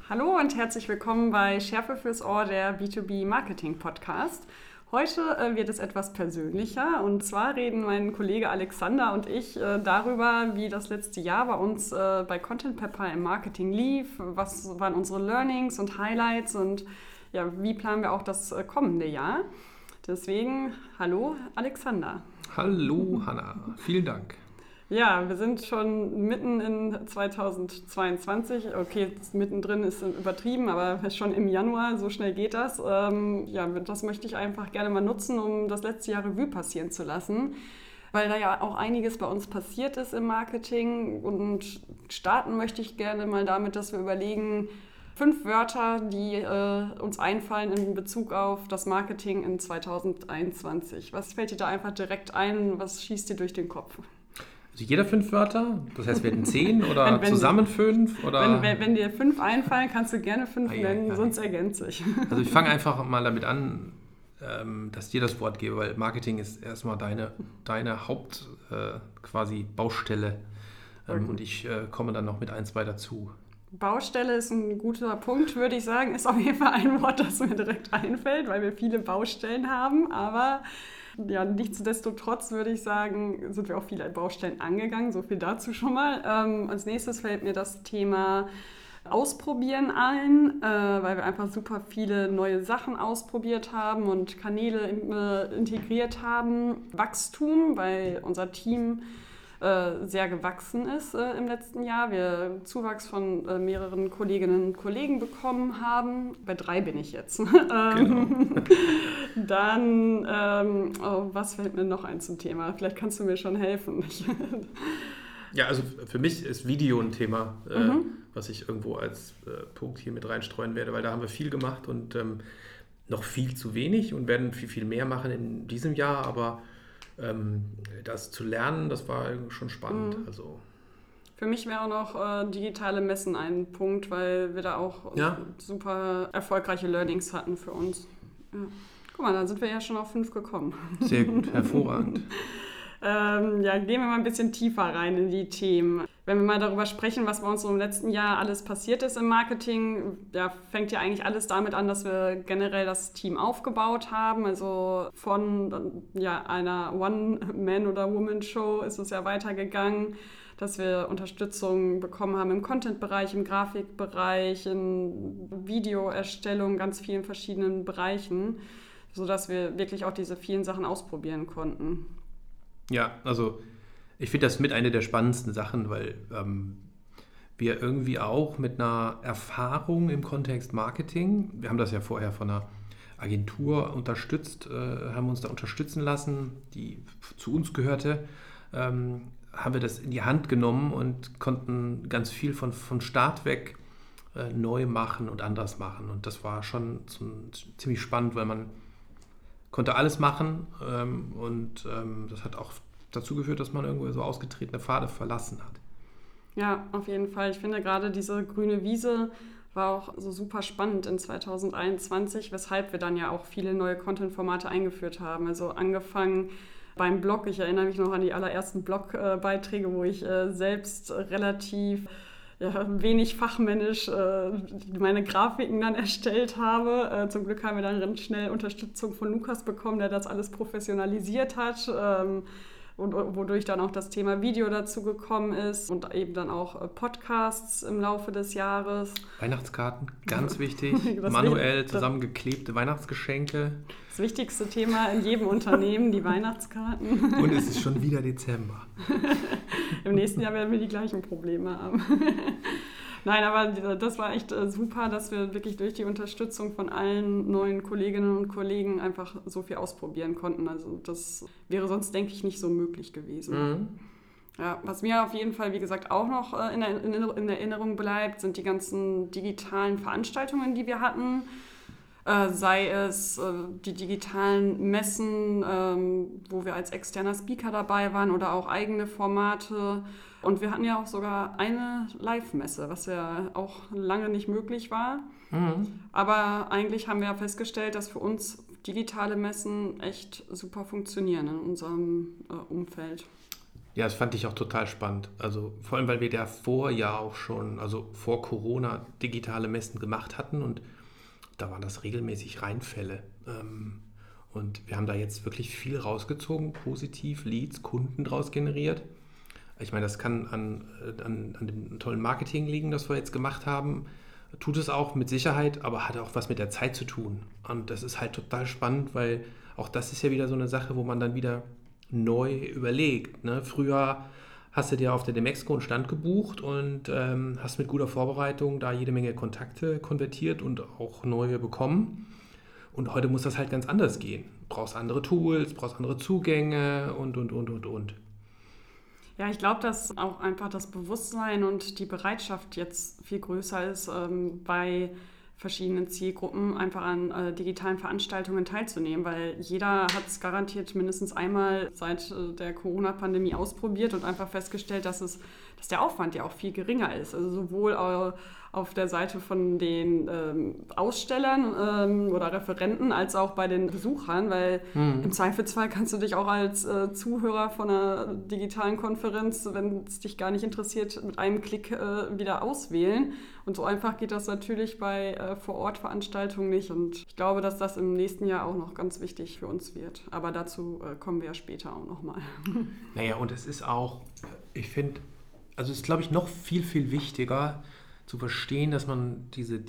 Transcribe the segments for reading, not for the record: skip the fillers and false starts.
Hallo und herzlich willkommen bei Schärfe fürs Ohr, der B2B Marketing Podcast. Heute wird es etwas persönlicher und zwar reden mein Kollege Alexander und ich darüber, wie das letzte Jahr bei uns bei Content Pepper im Marketing lief, was waren unsere Learnings und Highlights und ja, wie planen wir auch das kommende Jahr. Deswegen, hallo Alexander. Hallo Hanna, vielen Dank. Ja, wir sind schon mitten in 2022. Okay, mittendrin ist übertrieben, aber schon im Januar, so schnell geht das. Das möchte ich einfach gerne mal nutzen, um das letzte Jahr Revue passieren zu lassen, weil da ja auch einiges bei uns passiert ist im Marketing. Und starten möchte ich gerne mal damit, dass wir überlegen, 5 Wörter, die uns einfallen in Bezug auf das Marketing in 2021. Was fällt dir da einfach direkt ein? Was schießt dir durch den Kopf? Also jeder 5 Wörter? Das heißt, wir hätten 10 oder zusammen 5? Oder? Wenn dir 5 einfallen, kannst du gerne 5 nennen, sonst ergänze ich. Also ich fange einfach mal damit an, dass ich dir das Wort gebe, weil Marketing ist erstmal deine Haupt quasi Baustelle und ich komme dann noch mit 1, 2 dazu. Baustelle ist ein guter Punkt, würde ich sagen. Ist auf jeden Fall ein Wort, das mir direkt einfällt, weil wir viele Baustellen haben. Aber ja, nichtsdestotrotz würde ich sagen, sind wir auch viele Baustellen angegangen. So viel dazu schon mal. Als nächstes fällt mir das Thema Ausprobieren ein, weil wir einfach super viele neue Sachen ausprobiert haben und Kanäle integriert haben. Wachstum, weil unser Team sehr gewachsen ist im letzten Jahr. Wir Zuwachs von mehreren Kolleginnen und Kollegen bekommen haben. Bei 3 bin ich jetzt. Genau. Dann, was fällt mir noch ein zum Thema? Vielleicht kannst du mir schon helfen. Ja, also für mich ist Video ein Thema, was ich irgendwo als Punkt hier mit reinstreuen werde, weil da haben wir viel gemacht und noch viel zu wenig und werden viel, viel mehr machen in diesem Jahr, aber das zu lernen, das war schon spannend. Also für mich wäre auch noch digitale Messen ein Punkt, weil wir da auch super erfolgreiche Learnings hatten für uns. Ja. Guck mal, dann sind wir ja schon auf 5 gekommen. Sehr gut, hervorragend. Gehen wir mal ein bisschen tiefer rein in die Themen. Wenn wir mal darüber sprechen, was bei uns so im letzten Jahr alles passiert ist im Marketing, fängt ja eigentlich alles damit an, dass wir generell das Team aufgebaut haben. Also von einer One-Man- oder Woman-Show ist es ja weitergegangen, dass wir Unterstützung bekommen haben im Content-Bereich, im Grafikbereich, in Videoerstellung, ganz vielen verschiedenen Bereichen, sodass wir wirklich auch diese vielen Sachen ausprobieren konnten. Ja, also ich finde das mit einer der spannendsten Sachen, weil wir irgendwie auch mit einer Erfahrung im Kontext Marketing, wir haben das ja vorher von einer Agentur unterstützt, haben uns da unterstützen lassen, die zu uns gehörte, haben wir das in die Hand genommen und konnten ganz viel von Start weg neu machen und anders machen. Und das war schon ziemlich spannend, weil man konnte alles machen und das hat auch dazu geführt, dass man irgendwo so ausgetretene Pfade verlassen hat. Ja, auf jeden Fall. Ich finde gerade diese grüne Wiese war auch so super spannend in 2021, weshalb wir dann ja auch viele neue Content-Formate eingeführt haben. Also angefangen beim Blog. Ich erinnere mich noch an die allerersten Blogbeiträge, wo ich selbst relativ wenig fachmännisch meine Grafiken dann erstellt habe. Zum Glück haben wir dann ganz schnell Unterstützung von Lukas bekommen, der das alles professionalisiert hat. Und wodurch dann auch das Thema Video dazu gekommen ist und eben dann auch Podcasts im Laufe des Jahres. Weihnachtskarten, ganz wichtig, manuell zusammengeklebte Weihnachtsgeschenke. Das wichtigste Thema in jedem Unternehmen, die Weihnachtskarten. Und es ist schon wieder Dezember. Im nächsten Jahr werden wir die gleichen Probleme haben. Nein, aber das war echt super, dass wir wirklich durch die Unterstützung von allen neuen Kolleginnen und Kollegen einfach so viel ausprobieren konnten. Also das wäre sonst, denke ich, nicht so möglich gewesen. Mhm. Ja, was mir auf jeden Fall, wie gesagt, auch noch in Erinnerung bleibt, sind die ganzen digitalen Veranstaltungen, die wir hatten. Sei es die digitalen Messen, wo wir als externer Speaker dabei waren oder auch eigene Formate. Und wir hatten ja auch sogar eine Live-Messe, was ja auch lange nicht möglich war. Mhm. Aber eigentlich haben wir ja festgestellt, dass für uns digitale Messen echt super funktionieren in unserem Umfeld. Ja, das fand ich auch total spannend. Also vor allem, weil wir davor ja auch schon, also vor Corona, digitale Messen gemacht hatten und da waren das regelmäßig Reinfälle. Und wir haben da jetzt wirklich viel rausgezogen, positiv, Leads, Kunden draus generiert. Ich meine, das kann an dem tollen Marketing liegen, das wir jetzt gemacht haben. Tut es auch mit Sicherheit, aber hat auch was mit der Zeit zu tun. Und das ist halt total spannend, weil auch das ist ja wieder so eine Sache, wo man dann wieder neu überlegt. Ne? Früher hast du dir auf der Demexco einen Stand gebucht und hast mit guter Vorbereitung da jede Menge Kontakte konvertiert und auch neue bekommen. Und heute muss das halt ganz anders gehen. Brauchst andere Tools, brauchst andere Zugänge und. Ja, ich glaube, dass auch einfach das Bewusstsein und die Bereitschaft jetzt viel größer ist, bei verschiedenen Zielgruppen einfach an digitalen Veranstaltungen teilzunehmen, weil jeder hat es garantiert mindestens einmal seit der Corona-Pandemie ausprobiert und einfach festgestellt, dass der Aufwand ja auch viel geringer ist. Also sowohl auf der Seite von den Ausstellern oder Referenten als auch bei den Besuchern, weil im Zweifelsfall kannst du dich auch als Zuhörer von einer digitalen Konferenz, wenn es dich gar nicht interessiert, mit einem Klick wieder auswählen. Und so einfach geht das natürlich bei Vor-Ort-Veranstaltungen nicht. Und ich glaube, dass das im nächsten Jahr auch noch ganz wichtig für uns wird. Aber dazu kommen wir ja später auch nochmal. Naja, und es ist auch, ich finde, also es ist, glaube ich, noch viel, viel wichtiger zu verstehen, dass man diese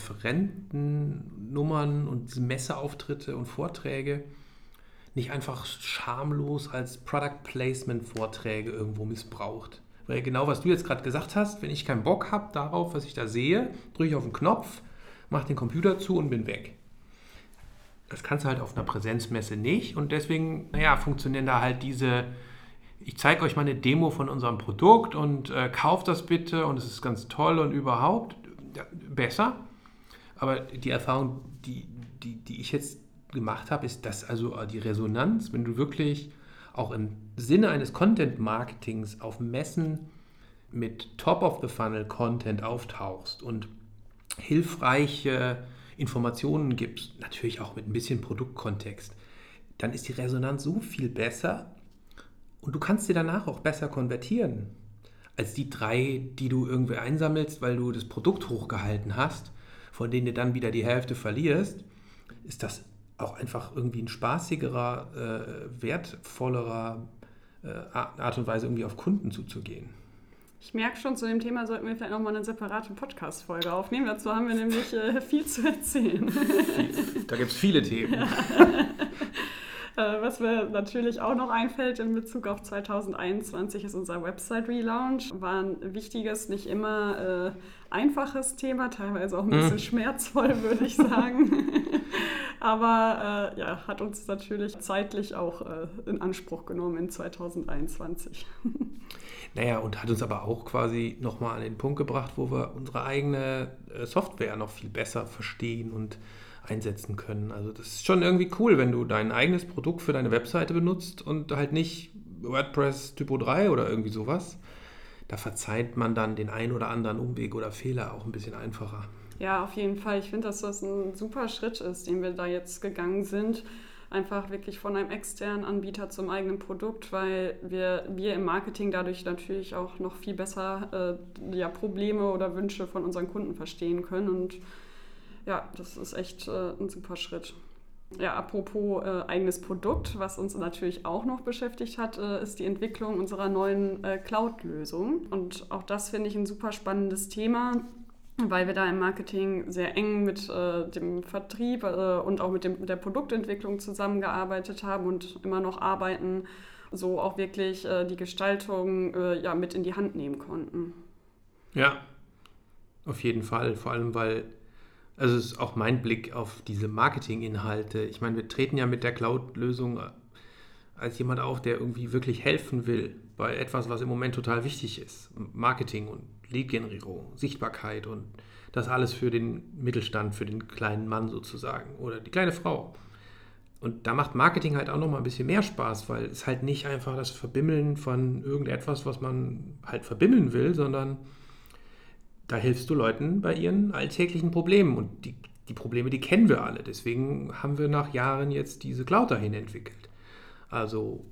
Referentennummern und diese Messeauftritte und Vorträge nicht einfach schamlos als Product Placement Vorträge irgendwo missbraucht. Weil genau, was du jetzt gerade gesagt hast, wenn ich keinen Bock habe darauf, was ich da sehe, drücke ich auf den Knopf, mache den Computer zu und bin weg. Das kannst du halt auf einer Präsenzmesse nicht und deswegen, funktionieren da halt diese, ich zeige euch mal eine Demo von unserem Produkt und kauft das bitte und es ist ganz toll und überhaupt besser. Aber die Erfahrung, die ich jetzt gemacht habe, ist, dass also die Resonanz, wenn du wirklich auch im Sinne eines Content-Marketings auf Messen mit Top-of-the-Funnel-Content auftauchst und hilfreiche Informationen gibst, natürlich auch mit ein bisschen Produktkontext, dann ist die Resonanz so viel besser und du kannst sie danach auch besser konvertieren als die 3, die du irgendwie einsammelst, weil du das Produkt hochgehalten hast, von denen du dann wieder die Hälfte verlierst. Ist das auch einfach irgendwie ein spaßigerer, wertvollerer Art und Weise, irgendwie auf Kunden zuzugehen. Ich merke schon, zu dem Thema sollten wir vielleicht nochmal eine separate Podcast-Folge aufnehmen. Dazu haben wir nämlich viel zu erzählen. Da gibt es viele Themen. Ja. Was mir natürlich auch noch einfällt in Bezug auf 2021 ist unser Website-Relaunch. War ein wichtiges, nicht immer einfaches Thema, teilweise auch ein bisschen schmerzvoll, würde ich sagen. Aber hat uns natürlich zeitlich auch in Anspruch genommen in 2021. Naja, und hat uns aber auch quasi nochmal an den Punkt gebracht, wo wir unsere eigene Software noch viel besser verstehen und einsetzen können. Also das ist schon irgendwie cool, wenn du dein eigenes Produkt für deine Webseite benutzt und halt nicht WordPress Typo 3 oder irgendwie sowas. Da verzeiht man dann den ein oder anderen Umweg oder Fehler auch ein bisschen einfacher. Ja, auf jeden Fall. Ich finde, dass das ein super Schritt ist, den wir da jetzt gegangen sind. Einfach wirklich von einem externen Anbieter zum eigenen Produkt, weil wir im Marketing dadurch natürlich auch noch viel besser Probleme oder Wünsche von unseren Kunden verstehen können. Und ja, das ist echt ein super Schritt. Ja, apropos eigenes Produkt, was uns natürlich auch noch beschäftigt hat, ist die Entwicklung unserer neuen Cloud-Lösung. Und auch das finde ich ein super spannendes Thema, weil wir da im Marketing sehr eng mit dem Vertrieb und auch mit der Produktentwicklung zusammengearbeitet haben und immer noch arbeiten, so auch wirklich die Gestaltung mit in die Hand nehmen konnten. Ja, auf jeden Fall. Vor allem, weil, also es ist auch mein Blick auf diese Marketinginhalte. Ich meine, wir treten ja mit der Cloud-Lösung als jemand auf, der irgendwie wirklich helfen will bei etwas, was im Moment total wichtig ist. Marketing und Lead-Generierung, Sichtbarkeit und das alles für den Mittelstand, für den kleinen Mann sozusagen oder die kleine Frau. Und da macht Marketing halt auch nochmal ein bisschen mehr Spaß, weil es halt nicht einfach das Verbimmeln von irgendetwas, was man halt verbimmeln will, sondern da hilfst du Leuten bei ihren alltäglichen Problemen. Und die Probleme, die kennen wir alle. Deswegen haben wir nach Jahren jetzt diese Cloud dahin entwickelt. Also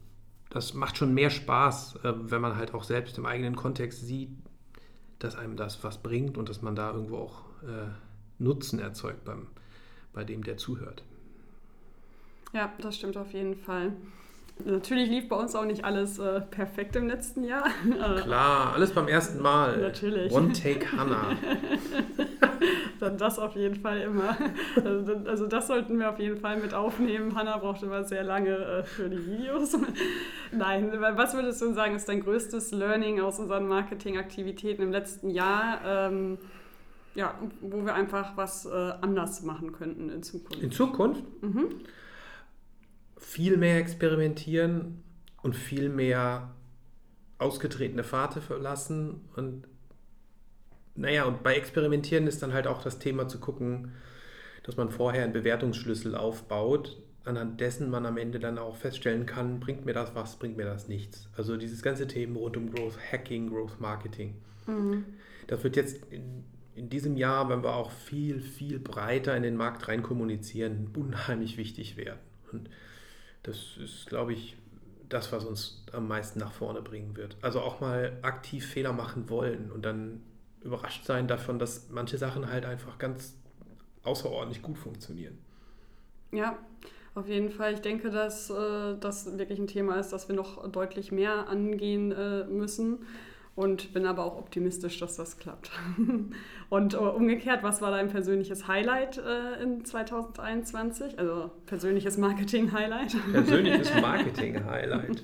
das macht schon mehr Spaß, wenn man halt auch selbst im eigenen Kontext sieht, dass einem das was bringt und dass man da irgendwo auch Nutzen erzeugt bei dem, der zuhört. Ja, das stimmt auf jeden Fall. Natürlich lief bei uns auch nicht alles perfekt im letzten Jahr. Klar, alles beim ersten Mal. Natürlich. One Take Hannah. Dann das auf jeden Fall immer. Also das sollten wir auf jeden Fall mit aufnehmen. Hannah braucht immer sehr lange für die Videos. Nein, was würdest du sagen, ist dein größtes Learning aus unseren Marketingaktivitäten im letzten Jahr, wo wir einfach was anders machen könnten in Zukunft? In Zukunft? Mhm. Viel mehr experimentieren und viel mehr ausgetretene Pfade verlassen. Und bei Experimentieren ist dann halt auch das Thema zu gucken, dass man vorher einen Bewertungsschlüssel aufbaut, anhand dessen man am Ende dann auch feststellen kann, bringt mir das was, bringt mir das nichts. Also dieses ganze Thema rund um Growth Hacking, Growth Marketing. Mhm. Das wird jetzt in diesem Jahr, wenn wir auch viel, viel breiter in den Markt rein kommunizieren, unheimlich wichtig werden. Und das ist, glaube ich, das, was uns am meisten nach vorne bringen wird. Also auch mal aktiv Fehler machen wollen und dann überrascht sein davon, dass manche Sachen halt einfach ganz außerordentlich gut funktionieren. Ja, auf jeden Fall. Ich denke, dass das wirklich ein Thema ist, das wir noch deutlich mehr angehen müssen. Und bin aber auch optimistisch, dass das klappt. Und umgekehrt, was war dein persönliches Highlight in 2021? Also persönliches Marketing-Highlight? Persönliches Marketing-Highlight.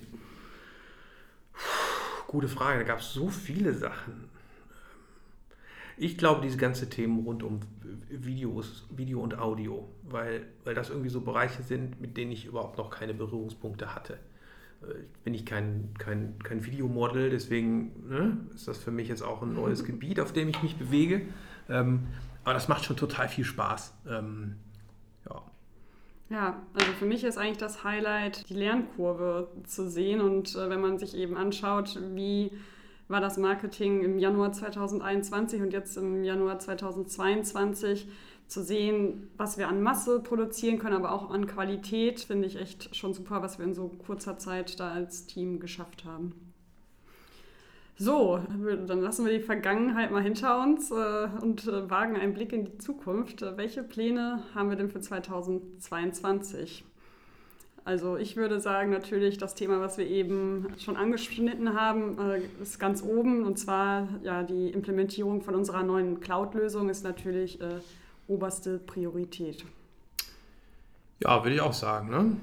Gute Frage, da gab es so viele Sachen. Ich glaube, diese ganzen Themen rund um Video und Audio, weil das irgendwie so Bereiche sind, mit denen ich überhaupt noch keine Berührungspunkte hatte. Bin ich kein Videomodel, deswegen ist das für mich jetzt auch ein neues Gebiet, auf dem ich mich bewege. Aber das macht schon total viel Spaß. Ja, also für mich ist eigentlich das Highlight, die Lernkurve zu sehen. Und wenn man sich eben anschaut, wie war das Marketing im Januar 2021 und jetzt im Januar 2022, zu sehen, was wir an Masse produzieren können, aber auch an Qualität, finde ich echt schon super, was wir in so kurzer Zeit da als Team geschafft haben. So, dann lassen wir die Vergangenheit mal hinter uns und wagen einen Blick in die Zukunft. Welche Pläne haben wir denn für 2022? Also ich würde sagen, natürlich das Thema, was wir eben schon angeschnitten haben, ist ganz oben. Und zwar die Implementierung von unserer neuen Cloud-Lösung ist natürlich oberste Priorität. Ja, würde ich auch sagen. Ne?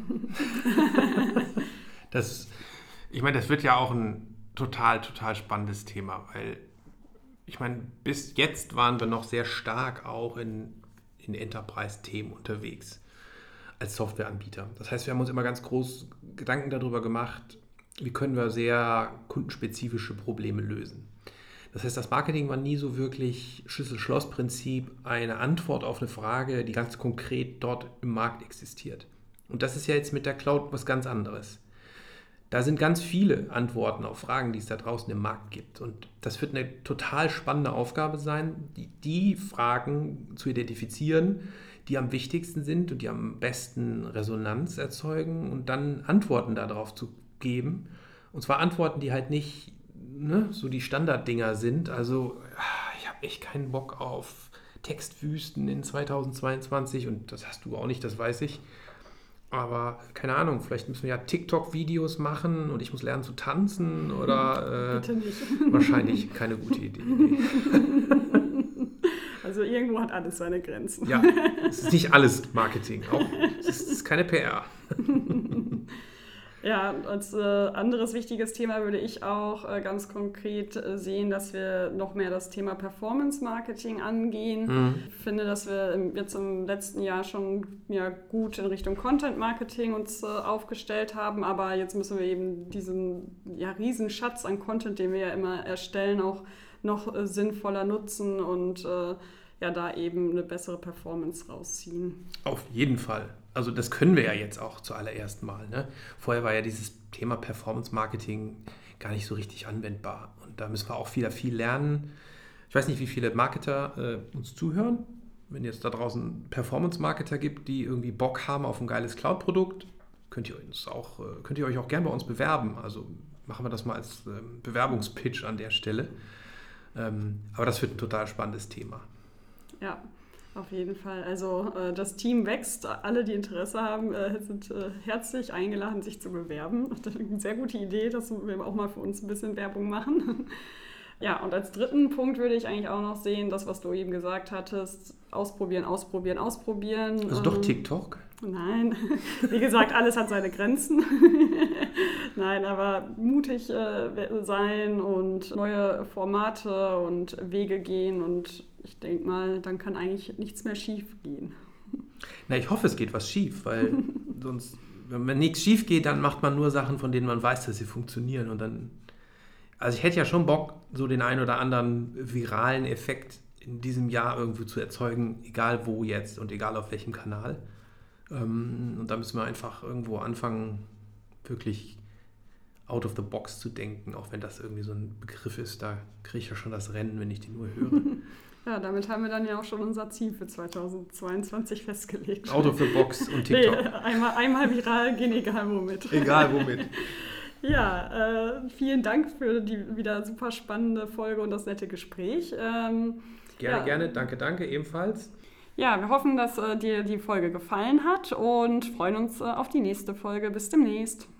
Das wird ja auch ein total, total spannendes Thema, weil bis jetzt waren wir noch sehr stark auch in Enterprise-Themen unterwegs als Softwareanbieter. Das heißt, wir haben uns immer ganz groß Gedanken darüber gemacht, wie können wir sehr kundenspezifische Probleme lösen. Das heißt, das Marketing war nie so wirklich Schlüssel-Schloss-Prinzip, eine Antwort auf eine Frage, die ganz konkret dort im Markt existiert. Und das ist ja jetzt mit der Cloud was ganz anderes. Da sind ganz viele Antworten auf Fragen, die es da draußen im Markt gibt. Und das wird eine total spannende Aufgabe sein, die Fragen zu identifizieren, die am wichtigsten sind und die am besten Resonanz erzeugen und dann Antworten darauf zu geben. Und zwar Antworten, die halt nicht so die Standarddinger sind. Also ich habe echt keinen Bock auf Textwüsten in 2022 und das hast du auch nicht, das weiß ich. Aber keine Ahnung, vielleicht müssen wir ja TikTok-Videos machen und ich muss lernen zu tanzen oder bitte nicht. Wahrscheinlich keine gute Idee. Also irgendwo hat alles seine Grenzen. Ja, es ist nicht alles Marketing, es ist keine PR. Ja, als anderes wichtiges Thema würde ich auch ganz konkret sehen, dass wir noch mehr das Thema Performance-Marketing angehen. Mhm. Ich finde, dass wir jetzt im letzten Jahr schon gut in Richtung Content-Marketing uns aufgestellt haben, aber jetzt müssen wir eben diesen riesen Schatz an Content, den wir ja immer erstellen, auch noch sinnvoller nutzen und da eben eine bessere Performance rausziehen. Auf jeden Fall. Also das können wir ja jetzt auch zuallererst mal. Ne? Vorher war ja dieses Thema Performance Marketing gar nicht so richtig anwendbar. Und da müssen wir auch viel lernen. Ich weiß nicht, wie viele Marketer uns zuhören. Wenn jetzt da draußen Performance Marketer gibt, die irgendwie Bock haben auf ein geiles Cloud-Produkt, könnt ihr euch auch gerne bei uns bewerben. Also machen wir das mal als Bewerbungspitch an der Stelle. Aber das wird ein total spannendes Thema. Ja, auf jeden Fall. Also das Team wächst. Alle, die Interesse haben, sind herzlich eingeladen, sich zu bewerben. Das ist eine sehr gute Idee, dass wir auch mal für uns ein bisschen Werbung machen. Ja, und als dritten Punkt würde ich eigentlich auch noch sehen, das, was du eben gesagt hattest, ausprobieren. Also doch TikTok? Nein, wie gesagt, alles hat seine Grenzen. Nein, aber mutig sein und neue Formate und Wege gehen und ich denke mal, dann kann eigentlich nichts mehr schief gehen. Na, ich hoffe, es geht was schief, weil sonst, wenn nichts schief geht, dann macht man nur Sachen, von denen man weiß, dass sie funktionieren und dann... Also ich hätte ja schon Bock, so den einen oder anderen viralen Effekt in diesem Jahr irgendwo zu erzeugen, egal wo jetzt und egal auf welchem Kanal. Und da müssen wir einfach irgendwo anfangen, wirklich out of the box zu denken, auch wenn das irgendwie so ein Begriff ist, da kriege ich ja schon das Rennen, wenn ich den nur höre. Ja, damit haben wir dann ja auch schon unser Ziel für 2022 festgelegt. Out of the box und TikTok. Nee, einmal viral gehen, egal womit. Egal womit. Ja, vielen Dank für die wieder super spannende Folge und das nette Gespräch. Gerne. Danke, ebenfalls. Ja, wir hoffen, dass dir die Folge gefallen hat und freuen uns auf die nächste Folge. Bis demnächst.